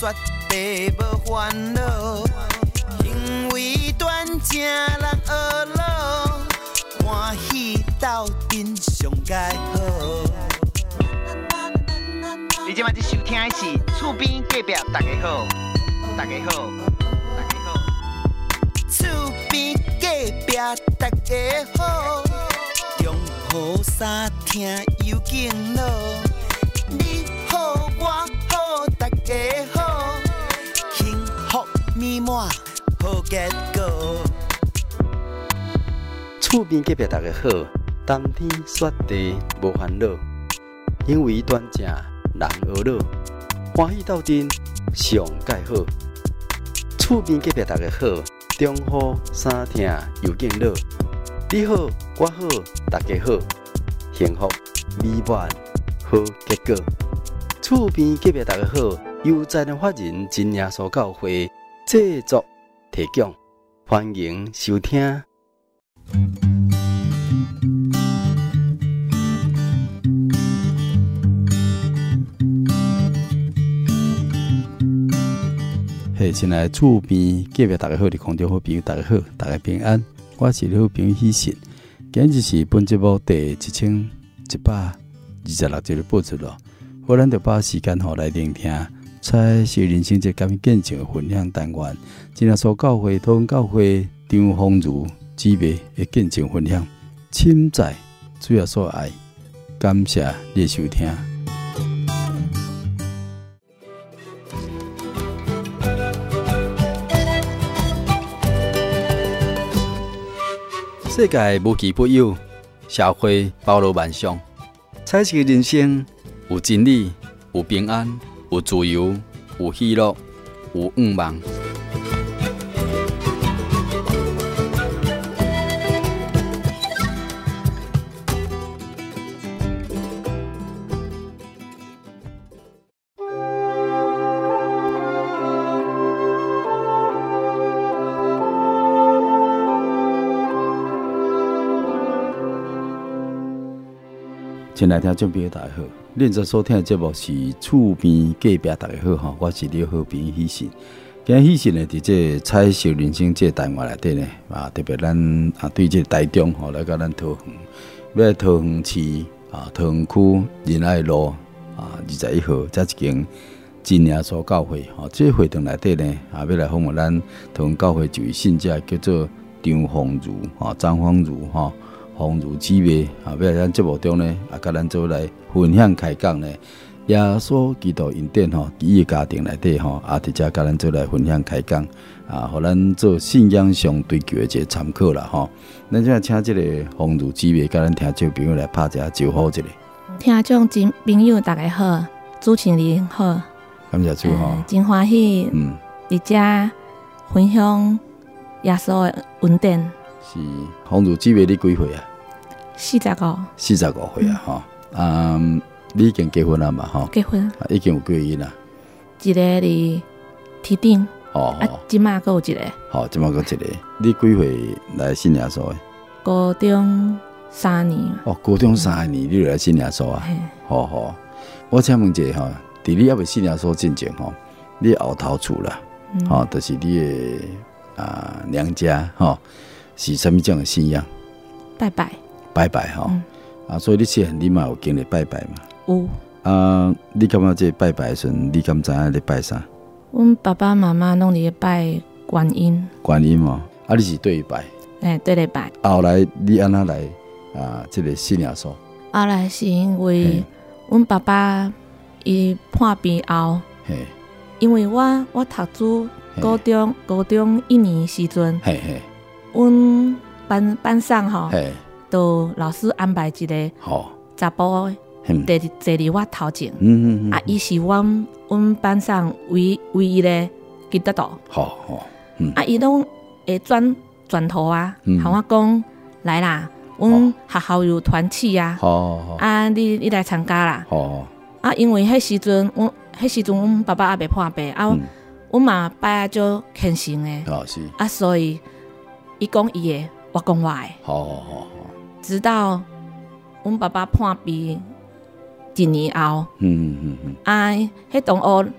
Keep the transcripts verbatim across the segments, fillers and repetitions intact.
雪地无烦恼，行为端正人学老，欢喜斗阵上佳好。你今摆在收听的是厝边隔壁大家好，大家好，大家好，厝边隔壁大家好，中好三听有敬老，你好我好大家好，幸福美满好结果。 厝边隔壁大家好，冬天雪地无烦恼，因为端正人学老，欢喜斗阵上佳好。厝边隔壁大家好，中好三听又敬老，你好我好大家好，幸福美满好结果。厝边隔壁大家好，由在人法人真耶稣教会制作提供，欢迎收听。嘿，亲爱的厝边隔壁大家好，你空中好朋友大家好，大家平安，我是你好朋友喜信。今日是本节目第一千一百二十六集的播出咯。我咱就把时间吼来聆听彩色人生这感见证的分享单元，真耶稣教会桃园教会张丰如姊妹的见证分享，深在主耶稣爱，感谢你的收听。世界无奇不有，社会包罗万象。彩色人生有真理，有平安，有自由，有喜乐，有愿望。亲爱的听众朋友大家好，恁在收听的节目是厝边隔壁大家好哈，我是你好朋友喜信。今日喜信呢，伫这彩色人生这单元内底呢，啊，特别咱啊对这台中吼来到咱桃园，要来桃园市啊桃园区仁爱路啊二十一号，这一间真耶稣教会吼，这个会堂内底呢，啊要来访问咱桃园教会一位信者叫做张丰如哈，张丰如哈。丰如姊妹啊，要来咱节目中呢，啊，甲咱做来分享开讲呢。耶稣基督恩典吼，伊个家庭内底吼，啊，直接甲咱做来分享开讲啊，互咱做信仰上追求的一个参考啦吼。咱现在请这个丰如姊妹，甲咱听众朋友来拍一下招呼一下。 听众真朋友大家好，主持人好， 感谢主吼、呃， 真欢喜，嗯，伫遮分享耶稣的恩典。 是丰如姊妹，你几岁啊？ 四十五， 四十五岁啊！吼、嗯，嗯，你已经结婚了嘛？吼， 结婚， 啊、已经有几个囡啦？ 一个伫天顶， 哦， 啊，即马阁有一个， 好、哦，即马阁一个。你几岁来信耶稣的？ 高中三年。 哦，高中三年，你就来信耶稣啊？好好，我请问一下吼，伫你还未信耶稣之前吼，你后头厝啦，吼、嗯，就是你的啊娘家吼。是什么这样的信仰？ 拜拜， 拜拜哈、嗯、啊！所以你细汉你嘛有经历拜拜嘛？ 有啊！你感觉这拜拜的时阵，你敢知影你拜啥？ 阮爸爸妈妈拢伫拜观音。 观音嘛，啊！你是对伊拜？ 诶，对咧拜。 后来你安怎来啊？这个信耶稣？后来是因为阮爸爸伊破病后，因为我我读书高中高中一年时阵。嘿嘿。阮班班上吼，都老师安排一个查甫的，坐坐伫我头前。嗯嗯嗯。啊，伊是阮阮班上唯唯一的基督徒。好好。嗯。啊，伊拢会转转头啊，和我讲来啦，阮学校有团契啊。好好好。啊，你你来参加啦。好好。啊，因为迄时阵，阮迄时阵阮爸爸还未破病，啊，阮嘛拜啊就虔诚的。啊是。啊，所以。伊讲伊的，我讲我的。好好好好。直到阮爸爸破病一年后，嗯嗯嗯啊，迄同学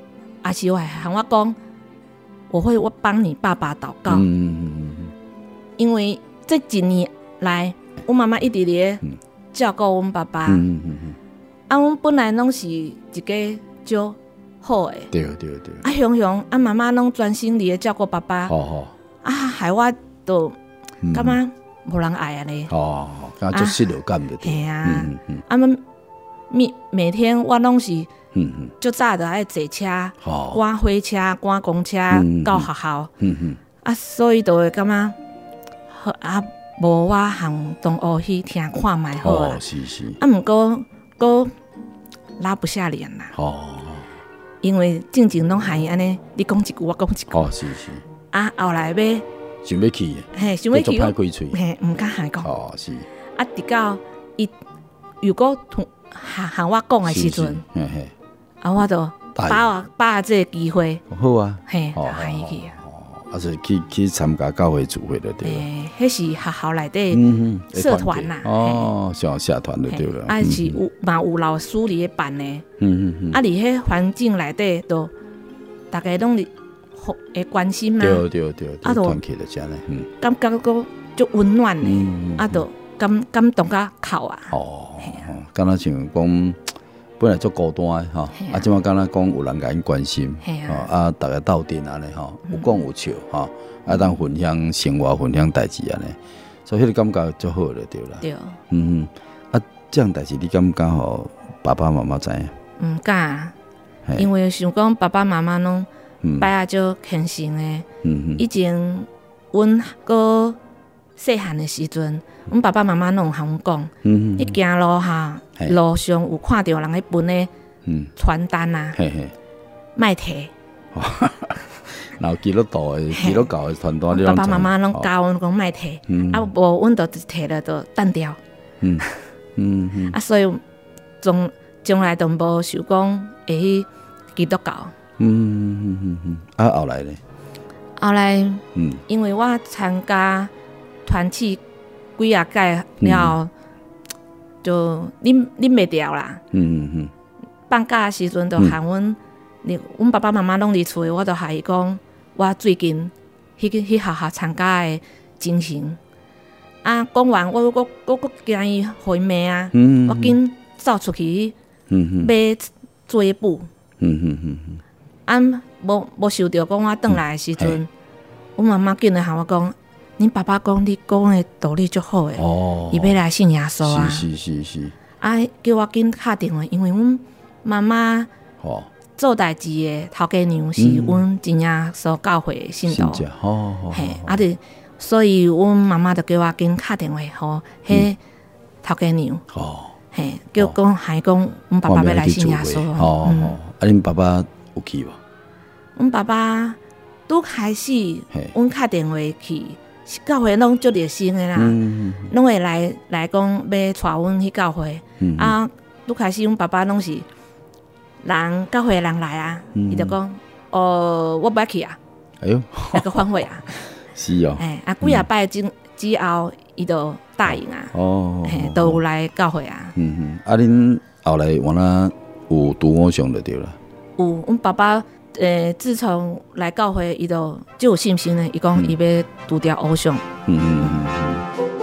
阿是我喊我讲，我会我帮你爸爸祷告，嗯嗯嗯嗯，因为这几年来，我妈妈一直咧照顾我们爸爸，嗯嗯嗯，啊，我们本来拢是一个就好诶， 对对对， 啊，雄雄啊，妈妈拢专心咧照顾爸爸，好好，啊，害我都感觉无人爱啊咧，哦， 感觉就失落感的， 对啊，啊，们每每天我拢是。嗯嗯，就早就爱坐车，赶火车、赶公车到学校。嗯嗯，啊，所以就会感觉，啊，无我向同学去听看卖好啊。 是是。 啊，毋过，过拉不下脸啦。哦。因为正经拢喊伊安尼，你讲一句，我讲一句。 哦，是是。 啊，后来要想要去， 嘿，想要去， 歹开嘴， 嘿，毋敢喊讲。 哦，是。 啊，直到伊如果同喊喊我讲的时阵，嘿嘿。啊，我就把握把握这个机会， 好啊， 嘿，就喊伊去啊。 啊，是去去参加教会聚会就对了。 诶，迄是学校内底社团啦。 哦，像社团就对了。 啊，是有嘛有老师伫咧办呢。嗯嗯嗯。啊，伫迄环境内底都大家拢会关心嘛。 对对对，啊，团结的这样嘞。嗯。 感觉个就温暖呢，啊，都感感动甲哭啊。 哦，敢若像讲。本来做孤单的吼，啊，即摆敢若讲有人甲因关心，吼啊，大家斗阵安尼吼，有讲有笑吼，啊，当分享生活、分享代志安尼，所以迄个感觉就好了，对啦。 对。 嗯嗯，啊，这样代志你敢敢互爸爸妈妈知影？ 毋敢，因为想讲爸爸妈妈拢摆啊就虔诚的，以前阮个细汉的时阵。阮爸爸妈妈拢向阮讲，你行路哈，路上有看到人咧分的传单啊，莫摕。 然后基督徒的、基督教的传单， 爸爸妈妈拢教阮讲莫摕，啊无阮就摕了就等掉。嗯嗯嗯，啊所以从从来都无想讲会去基督教。 嗯嗯嗯嗯，啊后来咧？ 后来，嗯，因为我参加团契。几啊届了，就啉啉袂掉啦。嗯嗯嗯。放假的时阵，就喊阮，你阮爸爸妈妈拢伫厝诶，我就喊伊讲，我最近去去学校参加诶进行。啊，讲完我我我我惊伊回妹啊，我紧走出去买做布。嗯嗯嗯嗯。啊，无无想到讲我转来诶时阵，阮妈妈紧来喊我讲。恁爸爸讲你讲的道理足好诶，伊要来信耶稣啊！ 是是是是。 啊，叫我紧敲电话，因为阮妈妈做代志的头家娘是阮真耶稣教会的信徒。哦哦。嘿，啊对，所以阮妈妈就叫我紧敲电话，吼，迄头家娘。哦。嘿，叫讲还讲阮爸爸要来信耶稣。 哦哦。啊，恁爸爸有去无？ 阮爸爸拄开始，阮敲电话去。教会拢足热心的啦，拢会来来讲要带阮去教会。啊，拄开始阮爸爸拢是人教会人来啊，伊就讲，哦，我不要去啊，哎呦，那个反悔啊， 是哦， 哎，啊，几啊摆之之后，伊就答应啊，哦，嘿，都有来教会啊。 嗯嗯，啊，恁后来原来有拄偶像就对了。 有，阮爸爸。诶，自从来教会，伊就就有信心咧。伊讲伊要除掉偶像。嗯嗯嗯嗯。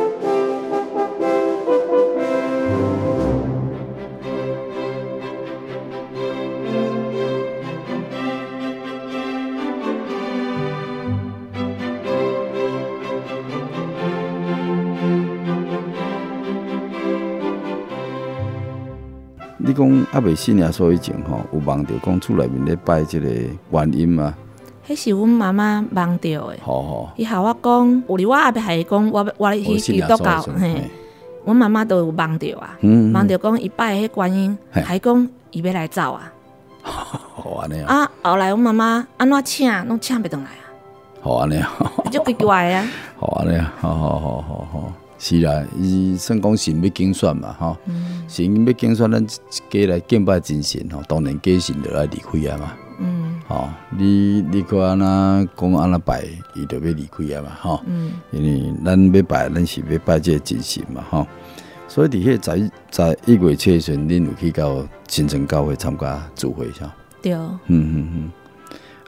你讲还未信耶稣以前吼，有梦到讲厝内面咧拜即个观音吗？ 迄是阮妈妈梦到的。好好。伊喊我讲，有哩我也未还讲，我我去基督教，嘿，阮妈妈都有梦到啊，梦到讲伊拜迄观音，还讲伊要来走啊。 好安尼啊。啊，后来阮妈妈安怎请，拢请袂倒来啊。 好安尼啊。 就奇怪啊。 好安尼啊，好好好好好。是啦，伊算讲神要竞选嘛，吼、嗯，神要竞选，咱家来敬拜真神吼，当然假神就来离开啊嘛，嗯，吼，你你看安那讲安那拜，伊就要离开啊嘛，吼，嗯，因为咱要拜，咱是要拜这个真神嘛，吼，所以伫迄十十一月七时阵，恁有去到新城教会参加聚会噻？ 对，嗯嗯嗯，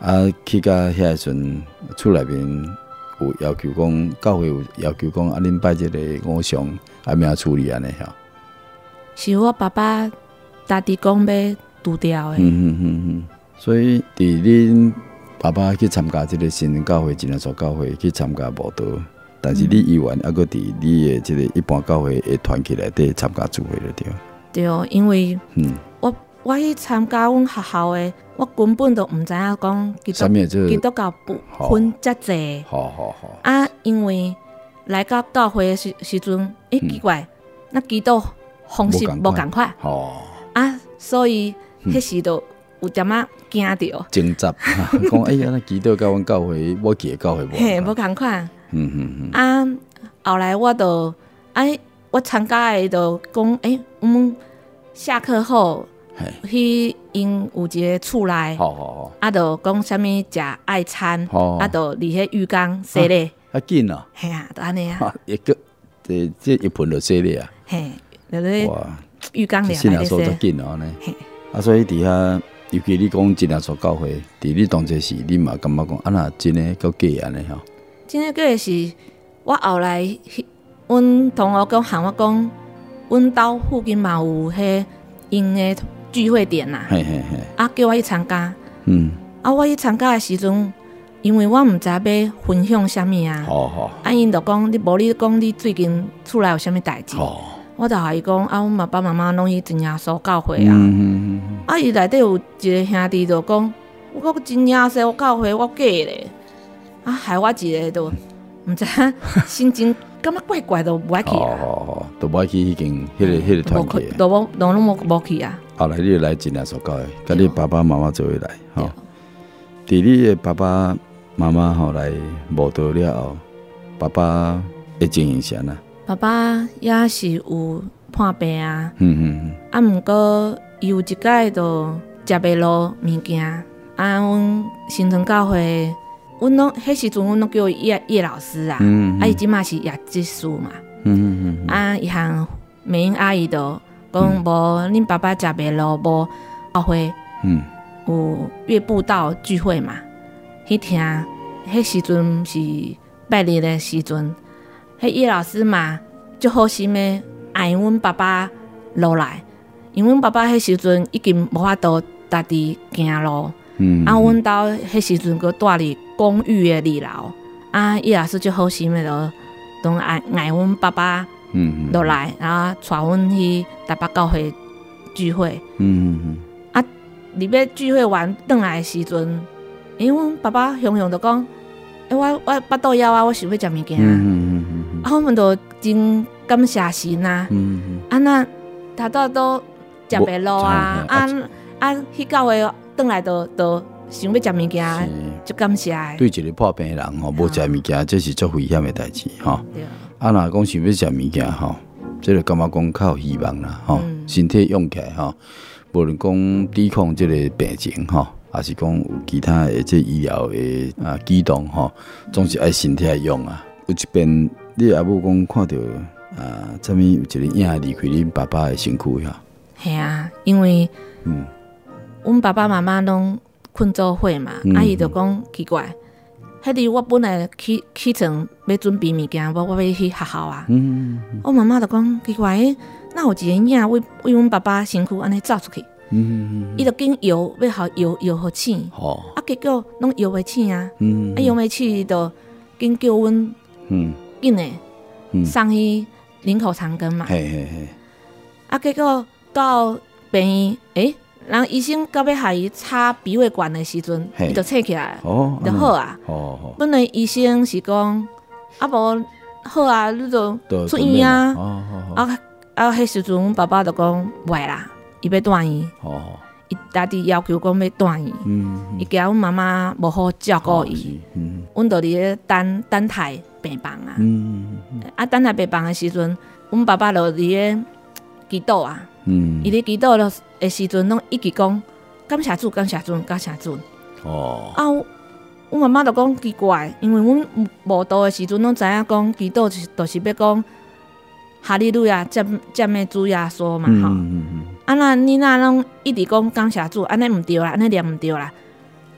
啊，去到遐时阵，厝内面有要求讲，教会有要求讲，啊，恁拜这个偶像，啊，怎处理安尼吼？ 是我爸爸家己讲要除掉的。 嗯嗯嗯嗯。所以，伫恁爸爸去参加这个新人教会、真耶稣教会去参加慕道，但是你依然还阁伫你的这个一般教会的团体内底参加聚会了，对。 对，因为嗯， 我我去参加阮学校的，我根本都毋知影讲基督基督教不分遮济。 好好好。 啊，因为来到教会的时时阵，诶、欸，奇怪，那基督方式无共款。 哦。 啊，所以迄时就有点仔惊着。 挣扎，讲哎呀，那基督教阮教会，我记教会无。 嘿，无共款。 嗯嗯嗯。 啊，后来我就哎，我参加的就讲，诶、欸，我们下课后。去因有一个厝内，啊，就讲啥物食爱餐，啊，就伫迄浴缸洗咧， 啊紧哦， 嘿啊，就安尼啊， 一个这这一盆就洗咧啊， 嘿，就咧浴缸里洗咧洗，足紧哦呢，啊，所以伫遐，尤其你讲真耶稣教会，伫你当这时，你嘛感觉讲啊那真诶够假安尼吼， 真诶假是，我后来，阮同学讲喊我讲，阮兜附近嘛有迄因诶。聚会点呐、啊，啊叫我去参加，嗯，啊我去参加的时阵，因为我毋知要分享啥物啊，哦哦，啊因就讲你无你讲你最近厝内有啥物代志，哦，我就甲伊讲啊，阮爸爸妈妈拢去真耶稣教会啊，嗯嗯嗯，啊伊内底有一个兄弟就讲，我真耶稣教会我假咧，啊害我一个都毋知心情感觉怪怪都无爱去啊，哦哦哦，都无爱去迄间迄个迄个团体， 都无都拢无无去啊。 后来你来真耶稣教会，甲你爸爸妈妈做伙来，吼。伫你的爸爸妈妈后来慕道了后，爸爸的情形啥呢？ 爸爸也是有患病啊， 嗯嗯嗯。 啊，毋过伊有一摆就食袂落物件，啊，阮新村教会，阮拢迄时阵阮拢叫伊叶叶老师啊，嗯嗯啊，伊即马是叶技师嘛，嗯嗯嗯。啊，伊和美英阿姨就。讲无，恁爸爸食袂落，无教会，嗯，有月步道聚会嘛？去听，迄时阵是拜日的时阵，迄叶老师嘛，足好心的爱阮爸爸落来，因为阮爸爸迄时阵已经无法度家己行路，嗯，啊，阮兜迄时阵佫住伫公寓的二楼，啊，叶老师足好心的就，都爱爱阮爸爸。嗯，落来，然后带阮去台北教会聚会。嗯嗯嗯。啊，入要聚会完转来的时阵，因为阮爸爸雄雄就讲，诶、欸，我我巴肚枵啊，我想要食物件。嗯嗯嗯嗯。啊，我们就真感谢神啊。嗯嗯。啊，那他都都食袂落啊，啊啊，去教会转来就就想要食物件，就感谢。 对一个破病人吼，无食物件，这是足危险的代志吼。对。啊，若讲想要食物件吼，这个感觉讲较有希望啦吼，嗯、身体用起来吼，无论讲抵抗这个病情吼，还是讲有其他的这医疗的啊举动吼，总是爱身体来用啊。有一遍你阿母讲看到啊，啥物有一个影离开恁爸爸的身躯吼。 系啊，因为嗯，阮爸爸妈妈拢困做伙嘛，嗯、啊伊就讲奇怪。迄日我本来起起床要准备物件，我我要去学校啊。嗯嗯、我妈妈就讲奇怪，哪有一个影为为阮爸爸身躯安尼走出去？嗯，伊、嗯、就紧摇，要互摇摇互醒。哦，啊，结果拢摇袂醒啊。嗯，啊摇袂醒就紧叫阮，嗯，紧诶，送去林口长庚嘛。嘿嘿嘿。啊，结果到病院，诶。然后医生到要互伊插鼻胃管的时阵，伊就醒起来，哦，就好啊。哦哦、本来医生是讲，啊无好啊，你就出院啊。哦哦、啊啊，迄时阵阮爸爸就讲袂啦，伊要住院。哦，伊家己要求讲要住院。嗯，伊惊阮妈妈无好照顾伊。嗯，阮就伫咧等等台病房啊。嗯嗯、啊，等台病房的时阵，阮爸爸就伫咧祈祷啊。嗯，伊咧祈祷了的时阵，拢一直讲感谢主，感谢主，感谢主。哦，啊，阮妈妈就讲奇怪，因为阮无道的时阵，拢知影讲祈祷就是就是要讲哈利路亚，赞赞美主耶稣嘛，吼、嗯。嗯嗯、啊，那你那拢一直讲感谢主，安尼毋对啦，安尼念毋对啦。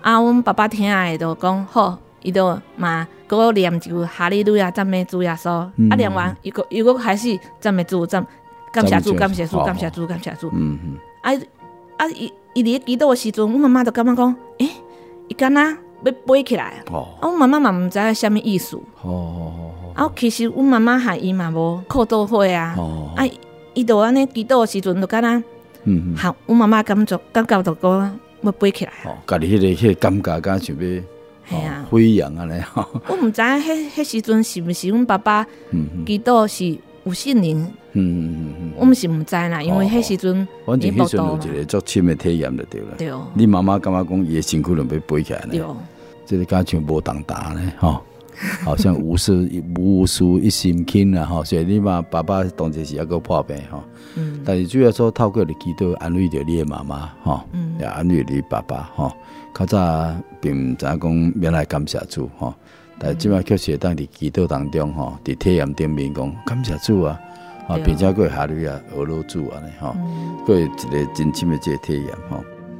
啊，阮爸爸听诶就讲好，伊就嘛搁念就哈利路亚赞美主耶稣，嗯、啊念完伊个伊个开始赞美主赞感谢主感谢主感谢主感谢主，嗯嗯，啊啊伊伊伫咧祈祷诶时阵，阮妈妈就感觉讲，诶、欸，伊敢若要飞起来，哦、啊，阮妈妈嘛毋知影啥物意思，哦哦哦，啊其实阮妈妈和伊嘛无靠倒会啊，哦、啊伊就安尼祈禱的時陣，就敢若，嗯，嚇，阮媽媽感覺感覺就講要飛起來。哦， 家己迄個迄個感覺，敢像要，係啊，飛揚安尼。 我毋知影迄迄時陣是毋是阮爸爸祈禱是有信靈？嗯嗯嗯，我毋是毋知啦，因為迄時陣反正迄陣有一個足深的體驗就對啦。對。你媽媽感覺講伊的身軀就要飛起來呢？對。即個敢像無重擔呢？吼。好像無事無事一身輕啦，吼，所以你嘛爸爸當時是一個破病吼，嗯，但是主要說透過你祈禱安慰着你的媽媽吼，嗯，也安慰你爸爸吼，較早並唔知影講免來感謝主吼，但係即擺確實會當佇祈禱當中吼，佇體驗頂面講感謝主啊，啊，並且佫哈利路亞俄羅主安尼吼，佫有一個真深的這個體驗吼。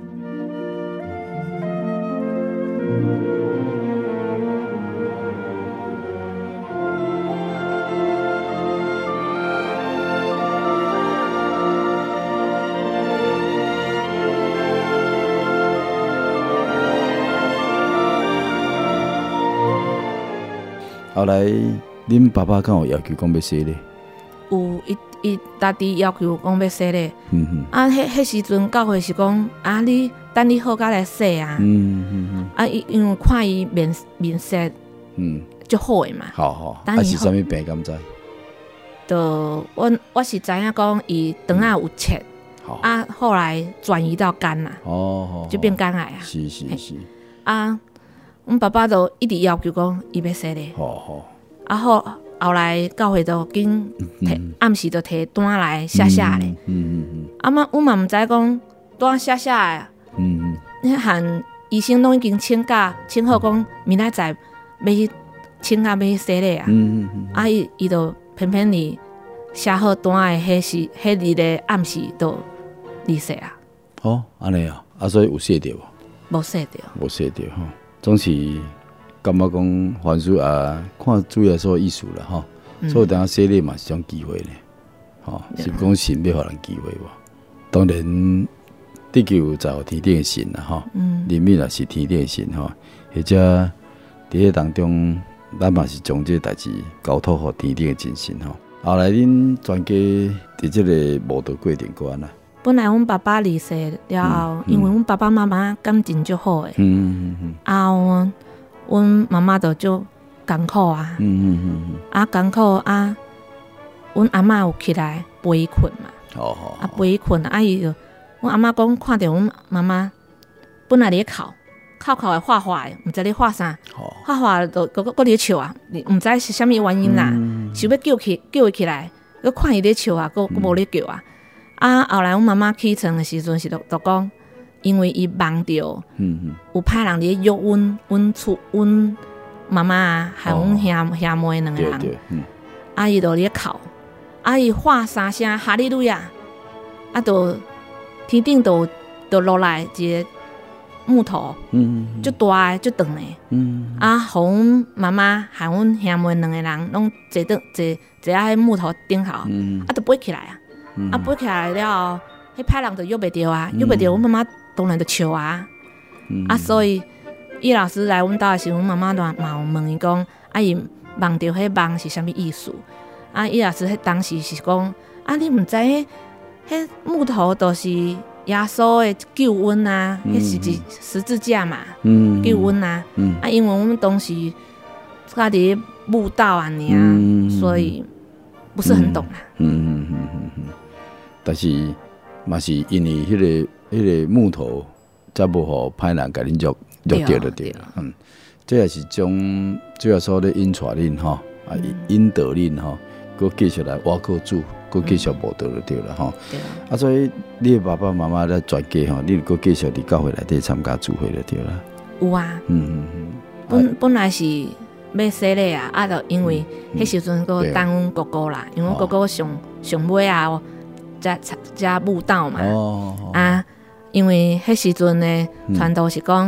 後來，恁爸爸敢有要求講要洗咧？ 有，伊伊家己要求講要洗咧。嗯哼。啊，迄迄時陣教會是講啊，你等你好甲來洗啊。嗯嗯嗯。啊，伊因為看伊面面色，嗯，足好誒嘛。 好好。啊是啥物病敢知？ 就我我是知影講伊腸仔有切，啊，後來轉移到肝啦。哦。就變肝癌啊。 是是是。 啊。阮爸爸就一直要求講伊要洗咧，好好。啊後後來教會就緊摕暗時就摕單來寫寫咧，嗯嗯嗯。啊嘛，阮嘛毋知講單寫寫誒，嗯嗯。含醫生攏已經請假，請好講明仔載要去請假要去洗咧啊，嗯嗯嗯。啊伊伊就偏偏哩寫好單誒，迄時迄日咧暗時就離世啊。 哦，安尼啊，啊所以有洗着無？ 無洗着， 無洗着吼。總是感覺講凡事啊，看主要所意思啦吼，嗯、所以等下洗禮嘛是種機會咧，吼、嗯，是講神要互人機會無？當然，地球就有天頂神啦吼，人民也是天頂神吼，或者佇迄當中，咱嘛是將這個代志交託互天頂真神吼。後來恁全家佇這個慕道過程關啦。 本來阮爸爸離世了後，嗯嗯、因為阮爸爸媽媽感情足好誒，嗯嗯嗯、啊，阮阮媽媽就足艱苦啊，嗯嗯嗯、啊艱苦啊，阮阿嬷有起來陪伊困嘛，哦哦、啊陪伊困啊，伊就阮阿嬷講看到阮媽媽本來咧哭，哭哭誒畫畫誒，毋知咧畫啥，畫畫就擱擱咧笑啊，毋知是啥物原因啦，嗯、想要叫起叫伊起來，擱看伊咧笑啊，擱擱無咧叫啊。啊！後來阮媽媽起床的時陣是就就講，因為伊夢到有派人咧約阮阮厝阮媽媽啊，還阮兄兄妹兩個人，啊伊就咧哭，啊伊喊三聲哈利路亞，啊就天頂就就落來一個木頭，足大個足長個，啊，互阮媽媽還阮兄妹兩個人攏坐倒坐坐喺木頭頂頭，啊就飛起來啊！嗯、啊，飛起來了後，迄派人就約袂着啊，約袂着，阮媽媽當然就笑啊。嗯、啊，所以葉老師來阮兜的時候，阮媽媽就嘛有問伊講，啊，伊夢着迄夢是啥物意思？啊，葉老師迄當時是講，啊，你毋知迄迄木頭都是耶穌的救恩啊，迄、嗯、是一十字架嘛，嗯、救恩啊。嗯、啊，因為阮當時家己悟道啊，爾、嗯，所以不是很懂啊。嗯嗯嗯嗯嗯嗯但是嘛是因為迄、那個迄、那個木頭，才無互歹人甲恁約約着就對了。嗯，這也是種主要說咧引帶恁吼，啊引導恁吼，佮繼續來挖靠主，佮繼續慕道就對了吼。對啊，所以你爸爸媽媽咧全家吼，你佮繼續佇教會內底參加聚會就對了。 有啊。嗯嗯嗯。本、啊、本來是要洗禮啊，啊，就因為迄時陣佮等阮哥哥啦，因為阮哥哥上上尾啊。才才悟道嘛，哦、啊，因為迄時陣呢傳道是講，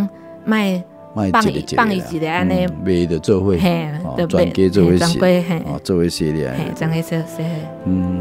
卖放伊放伊一个安尼， 卖着做伙， 嘿， 专家做伙洗， 哦， 做伙洗咧， 嘿，专家洗洗。 嗯。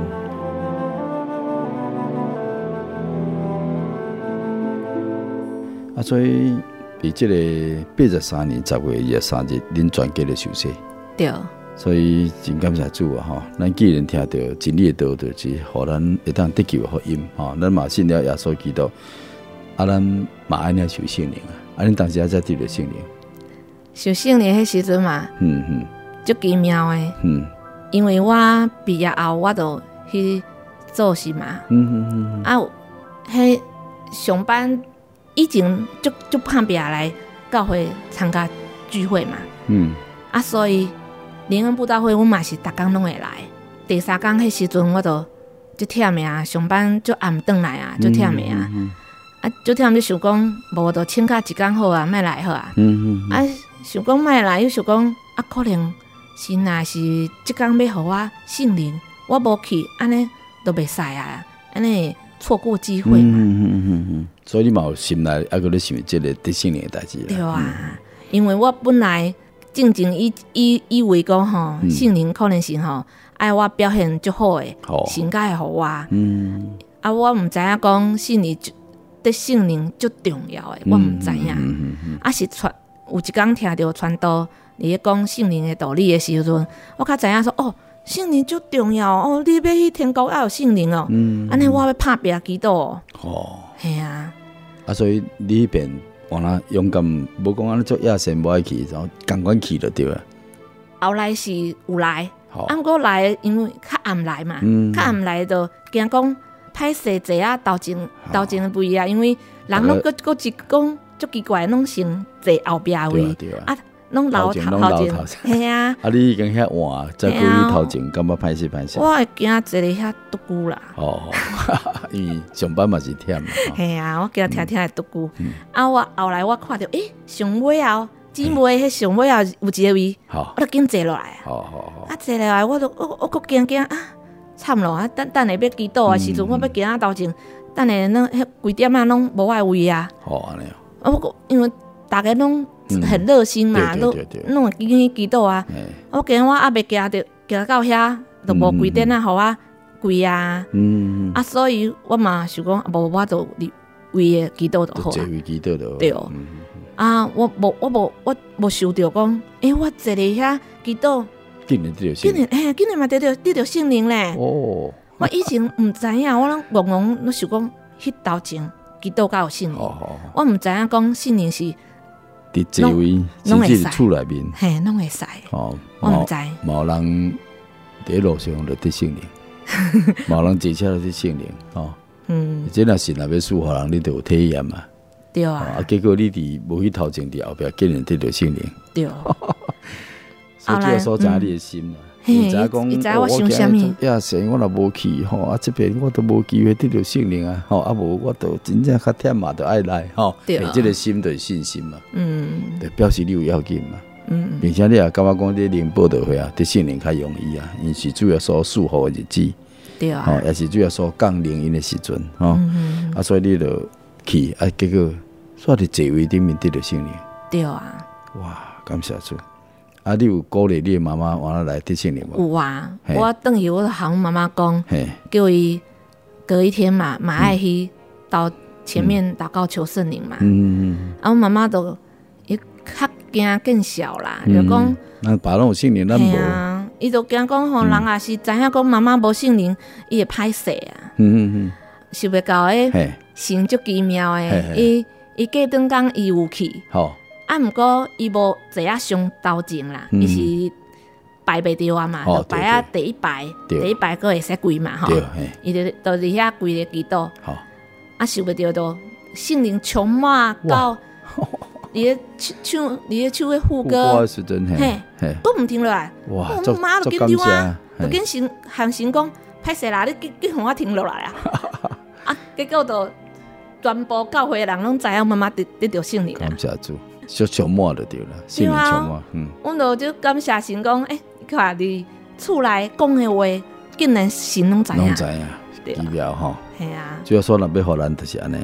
啊，所以伫即个八十三年十月二十三日，恁全家就受洗。 对。 所以真感谢主啊！吼，咱既然听到真理的道，就是互咱会当得救的福音，吼，咱嘛信了耶稣基督，啊，咱嘛爱领受圣灵啊，啊，恁当时啊才得到圣灵。 受圣灵迄时阵嘛，嗯嗯，足奇妙诶，嗯，因为我毕业后我就去做事嘛，嗯嗯嗯，啊，迄上班以前足足叛变来教会参加聚会嘛，嗯，啊，所以。灵恩布道会，阮嘛是逐工拢会来。第三工迄时阵，我就就忝诶啊，上班就暗顿来啊，就忝诶啊。嗯嗯、啊，就忝就想讲，无就请假一工好啊，莫来好啊。嗯嗯、啊，想讲莫来，又想讲啊，可能是若是即工要互我圣灵，我无去，安尼都袂使啊，安尼错过机会嘛。嗯嗯嗯嗯、 所以你嘛有心内啊，搁咧想即个得圣灵诶代志啦。 对啊，嗯、因为我本来。正正以以以为讲吼，圣灵可能是吼爱我表现足好诶，神才会互我。嗯，啊，我毋知影讲圣灵对圣灵足重要诶，我毋知影。嗯嗯、啊，是传有一工听到传道伫咧讲圣灵诶道理诶时阵，我较知影说哦，圣灵足重要哦，你要去天国要有圣灵哦。嗯，安尼我要拍拼祈祷哦。哦，系啊。 啊，所以你迄边。往那勇敢，无讲安尼做野生无爱去，然后赶快去就对了。 后来是有来，啊，毋过来因为较暗来嘛，嗯、较暗来就惊讲歹势坐啊头前头前的位啊，因为人拢个个一讲足奇怪，拢先坐后壁位，啊，拢老头头前，系啊。 啊，你已经遐晚，再过去头前，感觉歹势歹势。 我会惊坐咧遐拄久啦。 哦，因为上班嘛是忝嘛。 系啊，我惊听听会拄久。啊，我后来我看到，诶，上尾后姊妹迄上尾后有一个位，我就紧坐落来。好好好。啊，坐落来，我都我我佫惊惊啊，惨咯啊！等等下要祈祷啊时阵，我要行啊头前，等下那迄几点啊，拢无我位啊。 好安尼哦。啊，我因为大家拢。很热心嘛，都弄会记祈祷啊！我今我还未行着，行到遐都无几点啊，互我跪啊！啊，所以我嘛想讲，无我就立位诶祈祷就好啊。 位祈祷就好。 对哦。啊，我无我无我无想着讲，诶，我坐咧遐祈祷， 竟然得着圣灵，竟然嘿，竟然嘛得着得着圣灵咧！哦，我以前毋知影，我拢戆戆拢想讲，迄头前祈祷才有圣灵，我毋知影讲圣灵是。 伫这位甚至是厝内面， 嘿，拢会使。哦，我毋知。 冇人伫路上就得圣灵，冇人坐车就得圣灵。哦，嗯，这若是若要输互人，你就有体验嘛。 对啊。 啊，结果你伫无去头前，伫后壁，竟然得到圣灵。 对。 所以这个所在你的心啦。 伊知讲，伊知我想啥物？ 呀，神我若无去吼，啊这边我都无机会得到圣灵啊，吼啊无我都真正较忝嘛，都爱来吼。对啊。这个心就是信心嘛。嗯。就表示你有要紧嘛。嗯。并且你也感觉讲你灵报道会啊，得圣灵较容易啊，因是主要所束缚的日子。对啊。吼，也是主要所降灵因的时阵，吼。嗯。啊，所以你就去啊，结果煞伫座位顶面得到圣灵。 对啊。 哇，感谢主。啊！你有鼓励你的妈妈往那来得圣灵吗？ 有啊，我等于我喊妈妈讲，叫伊隔一天嘛，嘛爱去到前面祷告求圣灵嘛。嗯嗯。啊，我妈妈都伊较惊更小啦，就讲， 咱爸拢有圣灵，咱无。 啊，伊就惊讲吼，人也是知影讲妈妈无圣灵，伊会歹势啊。嗯嗯嗯。想袂到诶，神足奇妙诶，伊伊过顿讲伊有去。好。啊，毋过伊无坐啊上头前啦，伊、嗯、是排袂着啊嘛，就、哦、排啊第一排，第一排佫会使跪嘛吼，伊就就伫遐跪咧祈祷。啊，想袂着都圣灵充满到你的手，你的手的副歌，嘿，都毋停落来。哇，我妈都紧张啊，都紧神喊神讲，歹势啦，你紧紧互我停落来啊！啊，结果就全部教会人拢知影妈妈得得着圣灵啊。 感谢主。就充满就对了，圣灵充满。嗯， 阮就就感谢神讲，诶、欸，看你厝内讲的话，竟然神拢知影， 拢知影，奇妙吼。 系啊。 主要说若要互咱就是安尼啊，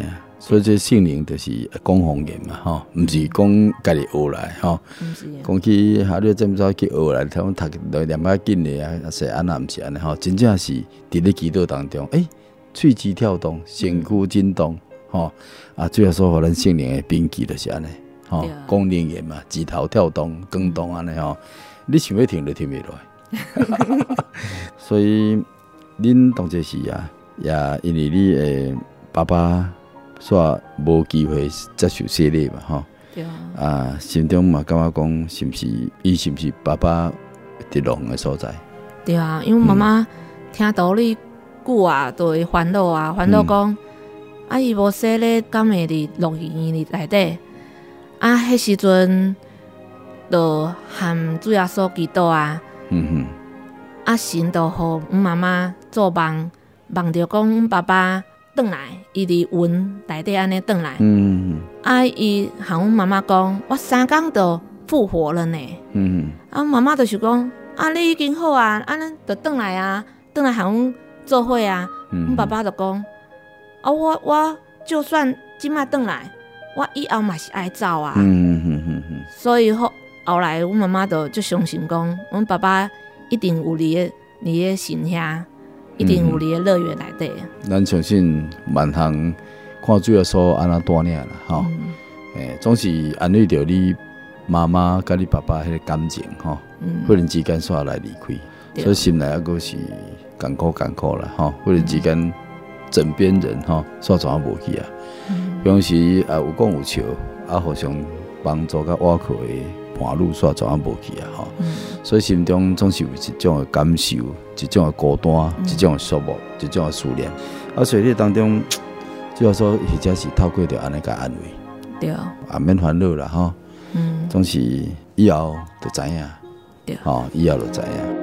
所以这姓名就是讲方言嘛，吼，毋是讲家己学来，吼，讲去下了怎么走去学来，他们读来念较紧的啊，是安那毋是安尼吼，真正是伫咧祈祷当中，诶、欸，喙齿跳动，身躯震动，吼啊，最后说互咱姓名的编辑就是安尼，吼，讲灵言嘛，指头跳动、更动安尼吼，你想要停就停袂落来，所以恁当这时啊，也因为你诶爸爸。煞无机会接受洗礼嘛，吼，对啊，啊，心中嘛感觉讲，是毋是伊是毋是爸爸伫落远的所在？ 对啊，因为妈妈听道理久啊，就会烦恼啊，烦恼讲、嗯、啊，伊无洗礼，敢会伫落去院里内底？啊，迄时阵就含主耶稣祈祷啊，嗯哼，啊，神就互阮妈妈做梦，梦着讲阮爸爸。转来，伊伫云内底安尼转来，嗯，啊，伊向阮妈妈讲，我三工就复活了呢，嗯，啊，妈妈就是讲，啊，你已经好啊，啊，咱就转来啊，转来向阮做伙啊，阮、嗯、爸爸就讲，啊，我我就算即摆转来，我以后嘛是爱走啊，嗯嗯嗯嗯，所以后后来阮妈妈就就相信讲，阮爸爸一定有伫咧伫咧神遐。一定有你的乐园内底。 咱相信万行看主耶稣安那带领啦，吼，诶、嗯，总是安慰着你妈妈甲你爸爸迄个感情，吼，嗯，忽然之间煞来离开，所以心内还阁是艰苦艰苦啦，吼，忽然之间枕边人，吼，煞怎啊无去啊？平时也有讲有笑，啊，互相帮助甲瓦靠的伴侣煞怎啊无去啊？吼、嗯，所以心中总是有一种的感受。一种的孤单，嗯、一种的寂寞，一种的思念，啊，所以你当中，主要说或者是透过着安尼个安慰，对，啊，免烦恼啦，吼，嗯，总是以后就知影，对，吼，以后就知影。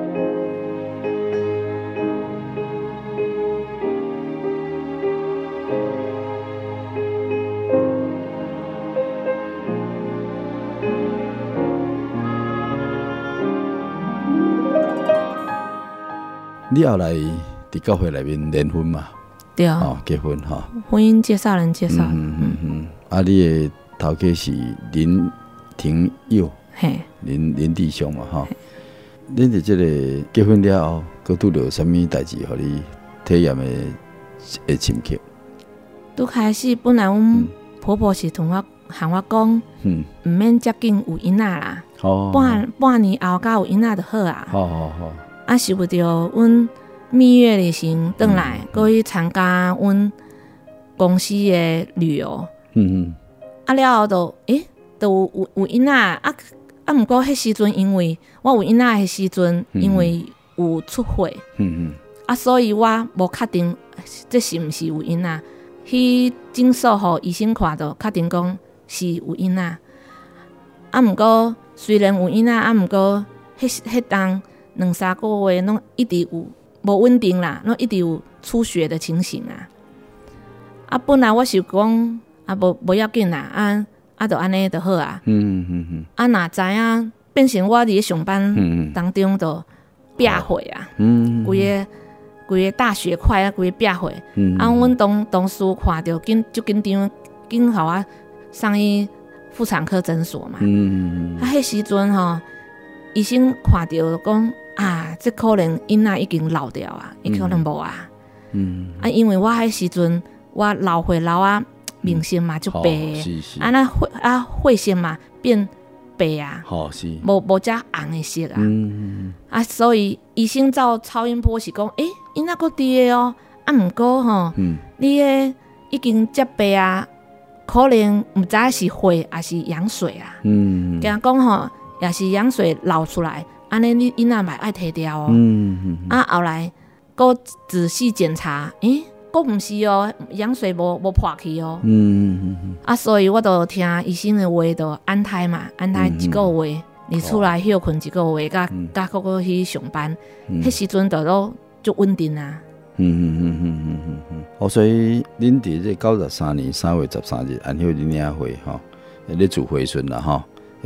你后来伫教会内面联婚嘛？ 对啊， 哦，结婚哈。 婚姻介绍人介绍。 嗯嗯嗯。啊，你的头家是林廷佑，嘿，林林弟兄嘛哈。恁伫这个结婚了后，佮拄着什么代志，互你体验的的深刻？ 拄开始本来阮婆婆是同我喊我讲，嗯，毋免接近有囡仔啦，哦，半半年后甲有囡仔就好啊。好好好。啊，想不到阮蜜月旅行转来，搁、嗯、去参加阮公司的旅游。嗯嗯。啊了后就，诶，都有有囡仔啊啊！毋过迄时阵，因为我有囡仔迄时阵，因为有出血，嗯嗯。啊，所以我无确定这是毋是有囡仔。去诊所互医生看到，确定讲是有囡仔。啊，毋过虽然有囡仔，啊，毋过迄迄当。两三个月，拢一直有无稳定啦，拢一直有出血的情形啊。啊，本来我是讲啊，无无要紧啦，啊啊，就安尼就好啊。嗯嗯嗯。啊，若知影变成我伫上班当中就憋血啊，嗯，规个规个大血块啊，规个憋血。嗯。啊，阮同同事看到紧就紧张，紧互我送去妇产科诊所嘛。嗯嗯嗯。啊，迄时阵吼，医生看到讲。啊，这可能囡仔已经老掉啊，伊、嗯、可能无啊。嗯。啊，因为我迄时阵我老血老啊，面色嘛就白的，嗯哦、啊那血啊血色嘛变白啊，好、哦、是，无无遮红的色啊。嗯。啊，所以医生照超音波是讲，诶、欸，囡仔佫伫的哦，啊毋过吼，嗯、你的已经遮白啊，可能毋知是血还是羊水啊。嗯。惊讲吼，也是羊水流出来。安尼你囡仔嘛爱摕掉哦，嗯嗯嗯、啊后来搁仔细检查，诶，搁毋是哦，羊水无无破去哦，嗯嗯嗯、啊，所以我就听医生的话，就安胎嘛，安胎一个月，你、嗯、出来休困一个月，甲甲搁搁去上班，迄、嗯、时阵就都足稳定啊。嗯嗯嗯嗯嗯嗯嗯，哦，所以恁伫这九十三年三月十三日安休恁领会吼，咧做回顺啦吼，诶。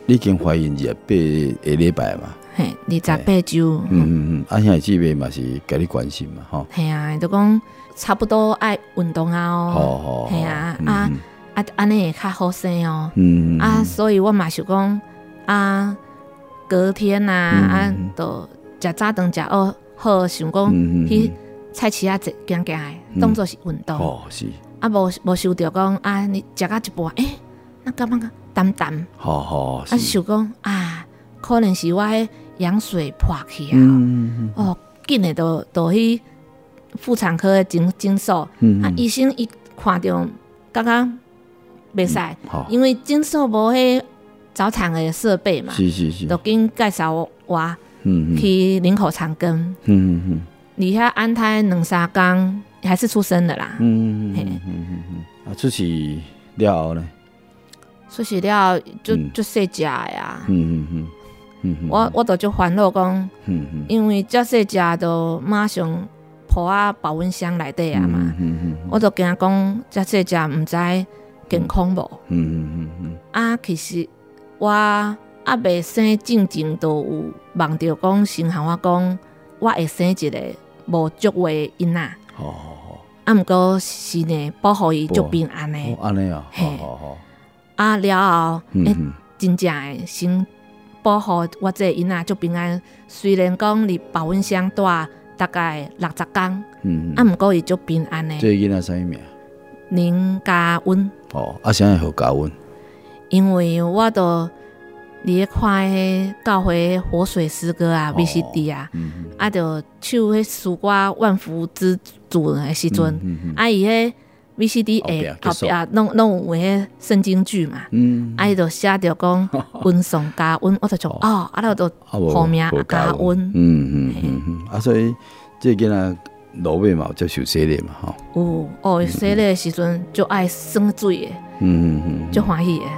已经怀孕二十八个礼拜嘛。 嘿，二十八周。 嗯嗯嗯，啊，现在姊妹嘛是甲你关心嘛，吼。 系啊，就讲差不多爱运动啊哦。 好好。 系啊，啊啊，安尼会较好生哦。 嗯嗯。 啊，所以我嘛想讲啊，隔天呐啊，就食早顿食好好，想讲去菜市啊行行的，当做是运动。 哦，是。 啊，无无想着讲啊，你食到一半，诶，那感觉淡淡。 好好。 啊，想讲啊，可能是我迄羊水破去啊。 嗯哦，紧的都都去妇产科的诊诊所。嗯。啊，医生伊看着感觉袂使，因为诊所无迄早产的设备嘛。 是是是。 就紧介绍我去林口长庚。嗯嗯嗯。而遐安胎两三天，还是出生的啦。 嗯嗯嗯嗯嗯。啊，出世了后呢？ 出世了就就细只呀。 嗯嗯嗯。 我我都就烦恼讲，因为遮细只就马上抱啊保温箱内底啊嘛，我就惊讲遮细只毋知健康无。啊，其实我啊未生之前都有梦着讲，先和我讲，我会生一个无足的囡仔。 好好好。 啊，毋过是呢，保护伊足平安的。 安尼啊。好好好。 啊了后，诶，真正诶先。保护我这囡仔足平安，虽然讲离保温箱大大概六十天，嗯，啊，毋过伊足平安的。 这囡仔啥物名？ 林嘉温。 哦，啊，啥会好嘉温？ 因为我都伫咧看迄教会活水诗歌啊 ，V C D 啊，嗯嗯、啊，就唱迄诗歌万福之主的时阵，嗯嗯嗯、啊，伊迄 V C D 诶后壁弄弄有迄圣经句嘛，嗯、啊，伊就写着讲温颂加温，我就讲哦，啊，就后面加温， 嗯嗯嗯嗯，啊，所以这囡仔老尾嘛有接受洗礼嘛，吼。 有哦，洗礼的时阵就爱耍水的，嗯嗯嗯，就欢喜的。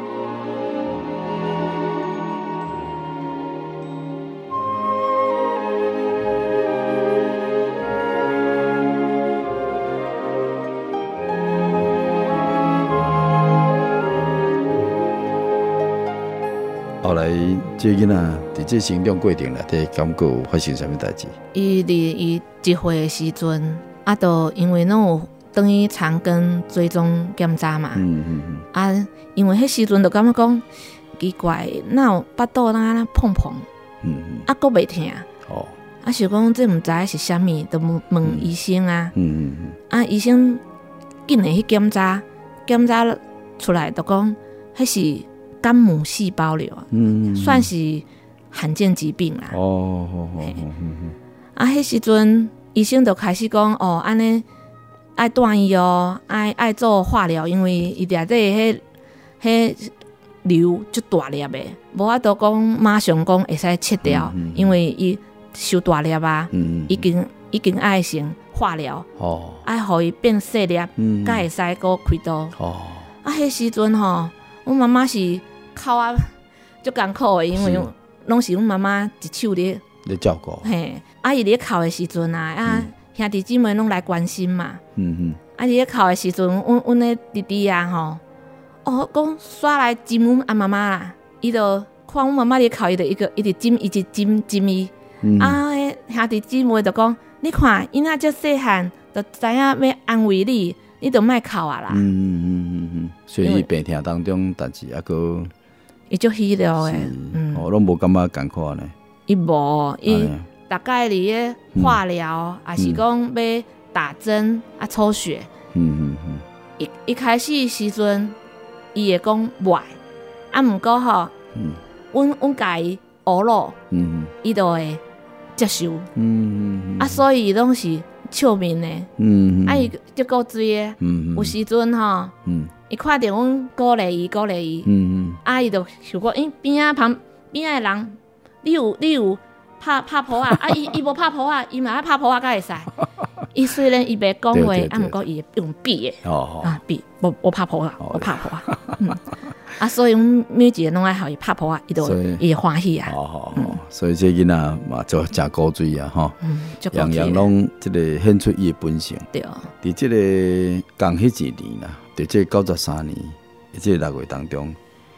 后来，这囡仔伫这成长过程内底，感觉有发生啥物代志？ 伊伫伊一岁的时阵，啊，都因为拢有等于长庚追踪检查嘛，嗯嗯嗯，啊，因为迄时阵就感觉讲奇怪，哪有巴肚哪那碰碰，嗯嗯，啊，佫袂疼，哦，啊，想讲这毋知是啥物，就问问医生啊，嗯嗯嗯，啊，医生紧的去检查，检查出来就讲迄是肝母细胞瘤，嗯，算是罕见疾病啦。哦，好好好。啊，迄时阵医生就开始讲，哦，安尼爱断伊哦，爱爱做化疗，因为伊内底迄迄瘤就大粒的，无法度讲马上讲会使切掉，嗯嗯、因为伊受大粒啊，嗯、已经已经爱先化疗，哦，爱互伊变细粒，嗯，才会使个开刀。哦，啊，迄时阵吼。阮妈妈是哭啊，足艰苦的，因为拢是阮妈妈一手咧咧照顾。 嘿，啊伊咧哭的时阵啊，啊兄弟姊妹拢来关心嘛。嗯嗯。啊伊咧哭的时阵，阮阮的弟弟啊吼，哦讲刷来จิ้阮阿妈妈啦，伊就看阮妈妈咧哭，伊就一个一直จิ้，一直จิ้จิ้伊。嗯、啊，迄兄弟姊妹就讲，你看囡仔遮细汉，就知影要安慰你。你就莫哭啊啦！嗯嗯嗯嗯， 所以病痛当中，但是还佫伊足喜乐诶， 嗯，哦，拢无感觉艰苦呢。 伊无，伊大概伫咧化疗，还、嗯、是讲要打针啊抽血。嗯嗯嗯。一一开始时阵，伊会讲袂，啊毋过吼，嗯，阮阮家己学咯，嗯，伊就会接受。嗯嗯嗯。啊，所以拢是。笑面的，嗯，啊伊足够水的，嗯，有时阵吼，嗯，伊看到阮鼓励伊，鼓励伊，嗯嗯，啊伊就想讲，因边仔旁边仔的人，你有你有拍拍婆啊，啊伊伊无拍婆啊，伊嘛爱拍婆啊，才会使。伊虽然伊袂讲话，啊毋过伊用笔的，哦啊笔，无无拍婆啊，无拍婆啊，嗯，啊所以阮每一个拢爱互伊拍婆啊，伊就伊欢喜啊。 哦哦，所以这囡仔嘛就真古锥啊，吼，样样拢即个显出伊的本性。对，伫即个共迄一年啦，伫即九十三年，即个六月当中，